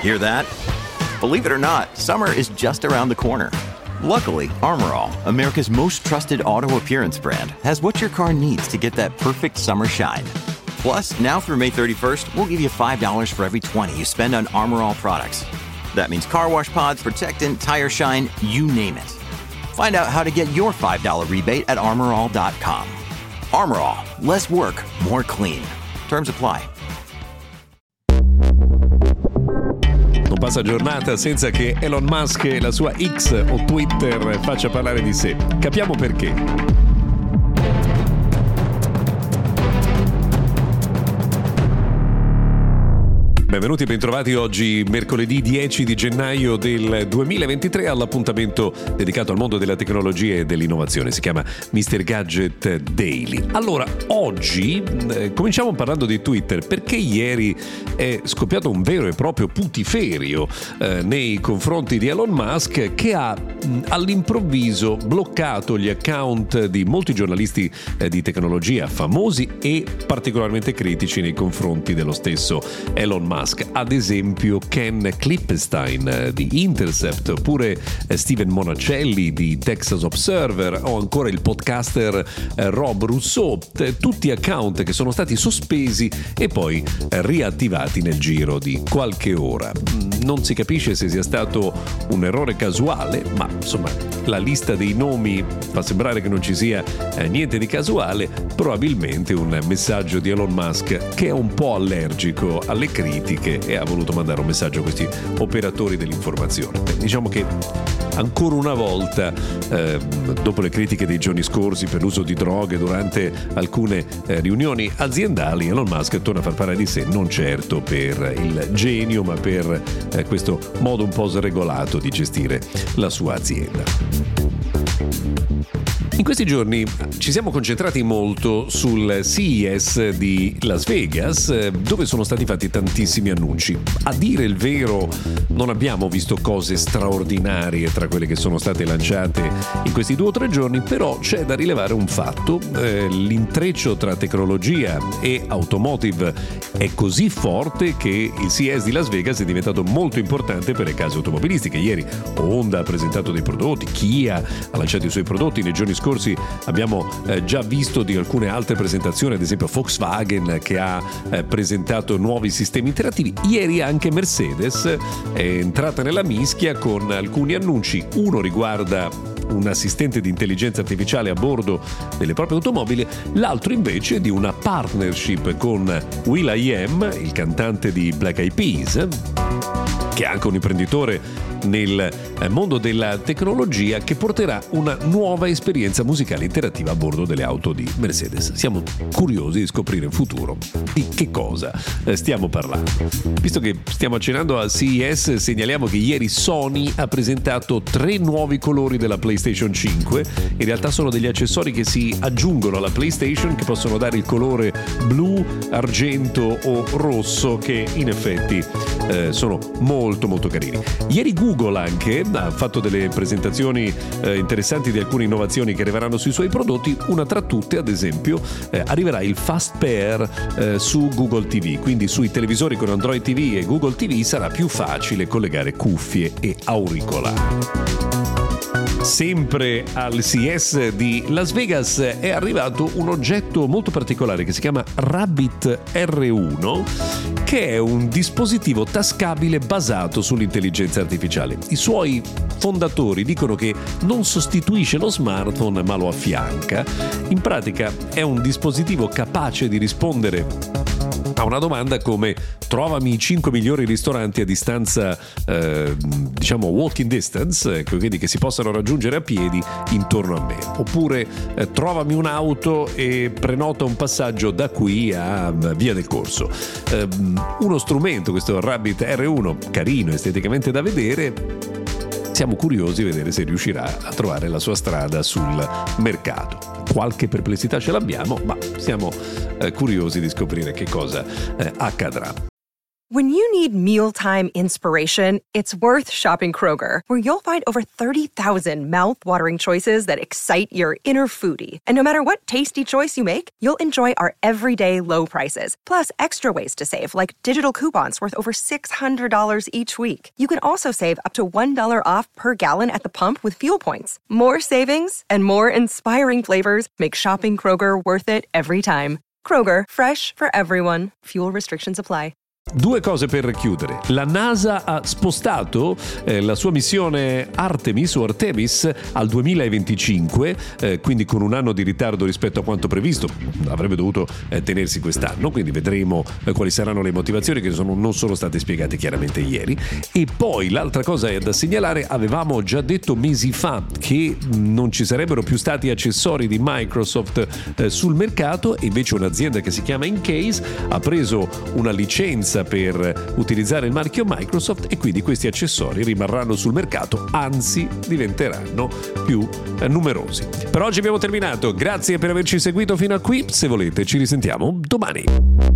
Hear that? Believe it or not, summer is just around the corner. Luckily, Armor All, America's most trusted auto appearance brand, has what your car needs to get that perfect summer shine. Plus, now through May 31st, we'll give you $5 for every $20 you spend on Armor All products. That means car wash pods, protectant, tire shine, you name it. Find out how to get your $5 rebate at armorall.com. Armor All, less work, more clean. Terms apply. Non passa giornata senza che Elon Musk e la sua X o Twitter faccia parlare di sé. Capiamo perché. Benvenuti e bentrovati oggi mercoledì 10 di gennaio del 2023 all'appuntamento dedicato al mondo della tecnologia e dell'innovazione. Si chiama Mr. Gadget Daily. Allora, oggi cominciamo parlando di Twitter, perché ieri è scoppiato un vero e proprio putiferio nei confronti di Elon Musk, che ha all'improvviso bloccato gli account di molti giornalisti di tecnologia famosi e particolarmente critici nei confronti dello stesso Elon Musk. Ad esempio Ken Klippenstein di Intercept, oppure Steven Monacelli di Texas Observer, o ancora il podcaster Rob Rousseau, tutti account che sono stati sospesi e poi riattivati nel giro di qualche ora. Non si capisce se sia stato un errore casuale, ma insomma la lista dei nomi fa sembrare che non ci sia niente di casuale, probabilmente un messaggio di Elon Musk che è un po' allergico alle critiche e ha voluto mandare un messaggio a questi operatori dell'informazione. Diciamo che ancora una volta, dopo le critiche dei giorni scorsi per l'uso di droghe durante alcune riunioni aziendali, Elon Musk torna a far parlare di sé, non certo per il genio, ma per questo modo un po' sregolato di gestire la sua azienda. In questi giorni ci siamo concentrati molto sul CES di Las Vegas, dove sono stati fatti tantissimi annunci. A dire il vero, non abbiamo visto cose straordinarie tra quelle che sono state lanciate in questi 2 o 3 giorni, però c'è da rilevare un fatto: l'intreccio tra tecnologia e automotive è così forte che il CES di Las Vegas è diventato molto importante per le case automobilistiche. Ieri Honda ha presentato dei prodotti, Kia ha lanciato i suoi prodotti, nei giorni scorsi abbiamo già visto di alcune altre presentazioni, ad esempio Volkswagen che ha presentato nuovi sistemi interattivi. Ieri anche Mercedes è entrata nella mischia con alcuni annunci. Uno riguarda un assistente di intelligenza artificiale a bordo delle proprie automobili, l'altro invece di una partnership con will.i.am, il cantante di Black Eyed Peas, che è anche un imprenditore nel mondo della tecnologia, che porterà una nuova esperienza musicale interattiva a bordo delle auto di Mercedes. Siamo curiosi di scoprire in futuro di che cosa stiamo parlando. Visto che stiamo accennando a CES, segnaliamo che ieri Sony ha presentato 3 nuovi colori della PlayStation 5. In realtà sono degli accessori che si aggiungono alla PlayStation, che possono dare il colore blu, argento o rosso, che in effetti sono molto molto carini. Ieri Google anche ha fatto delle presentazioni interessanti di alcune innovazioni che arriveranno sui suoi prodotti. Una tra tutte, ad esempio, arriverà il Fast Pair su Google TV, quindi sui televisori con Android TV e Google TV sarà più facile collegare cuffie e auricolari. Sempre al CES di Las Vegas è arrivato un oggetto molto particolare che si chiama Rabbit R1, che è un dispositivo tascabile basato sull'intelligenza artificiale. I suoi fondatori dicono che non sostituisce lo smartphone ma lo affianca. In pratica è un dispositivo capace di rispondere a una domanda come: trovami i 5 migliori ristoranti a distanza diciamo walking distance, quindi che si possano raggiungere a piedi intorno a me, oppure trovami un'auto e prenota un passaggio da qui a Via del Corso. Uno strumento, questo Rabbit R1, carino esteticamente da vedere. Siamo curiosi di vedere se riuscirà a trovare la sua strada sul mercato. Qualche perplessità ce l'abbiamo, ma siamo curiosi di scoprire che cosa accadrà. When you need mealtime inspiration, it's worth shopping Kroger, where you'll find over 30,000 mouth-watering choices that excite your inner foodie. And no matter what tasty choice you make, you'll enjoy our everyday low prices, plus extra ways to save, like digital coupons worth over $600 each week. You can also save up to $1 off per gallon at the pump with fuel points. More savings and more inspiring flavors make shopping Kroger worth it every time. Kroger, fresh for everyone. Fuel restrictions apply. Due cose per chiudere. La NASA ha spostato la sua missione Artemis o Artemis al 2025, quindi con un anno di ritardo rispetto a quanto previsto. Avrebbe dovuto tenersi quest'anno, quindi vedremo quali saranno le motivazioni che non sono state spiegate chiaramente ieri. E poi l'altra cosa è da segnalare, avevamo già detto mesi fa che non ci sarebbero più stati accessori di Microsoft sul mercato, e invece un'azienda che si chiama Incase ha preso una licenza per utilizzare il marchio Microsoft, e quindi questi accessori rimarranno sul mercato, anzi diventeranno più numerosi. Per oggi abbiamo terminato, grazie per averci seguito fino a qui, se volete ci risentiamo domani.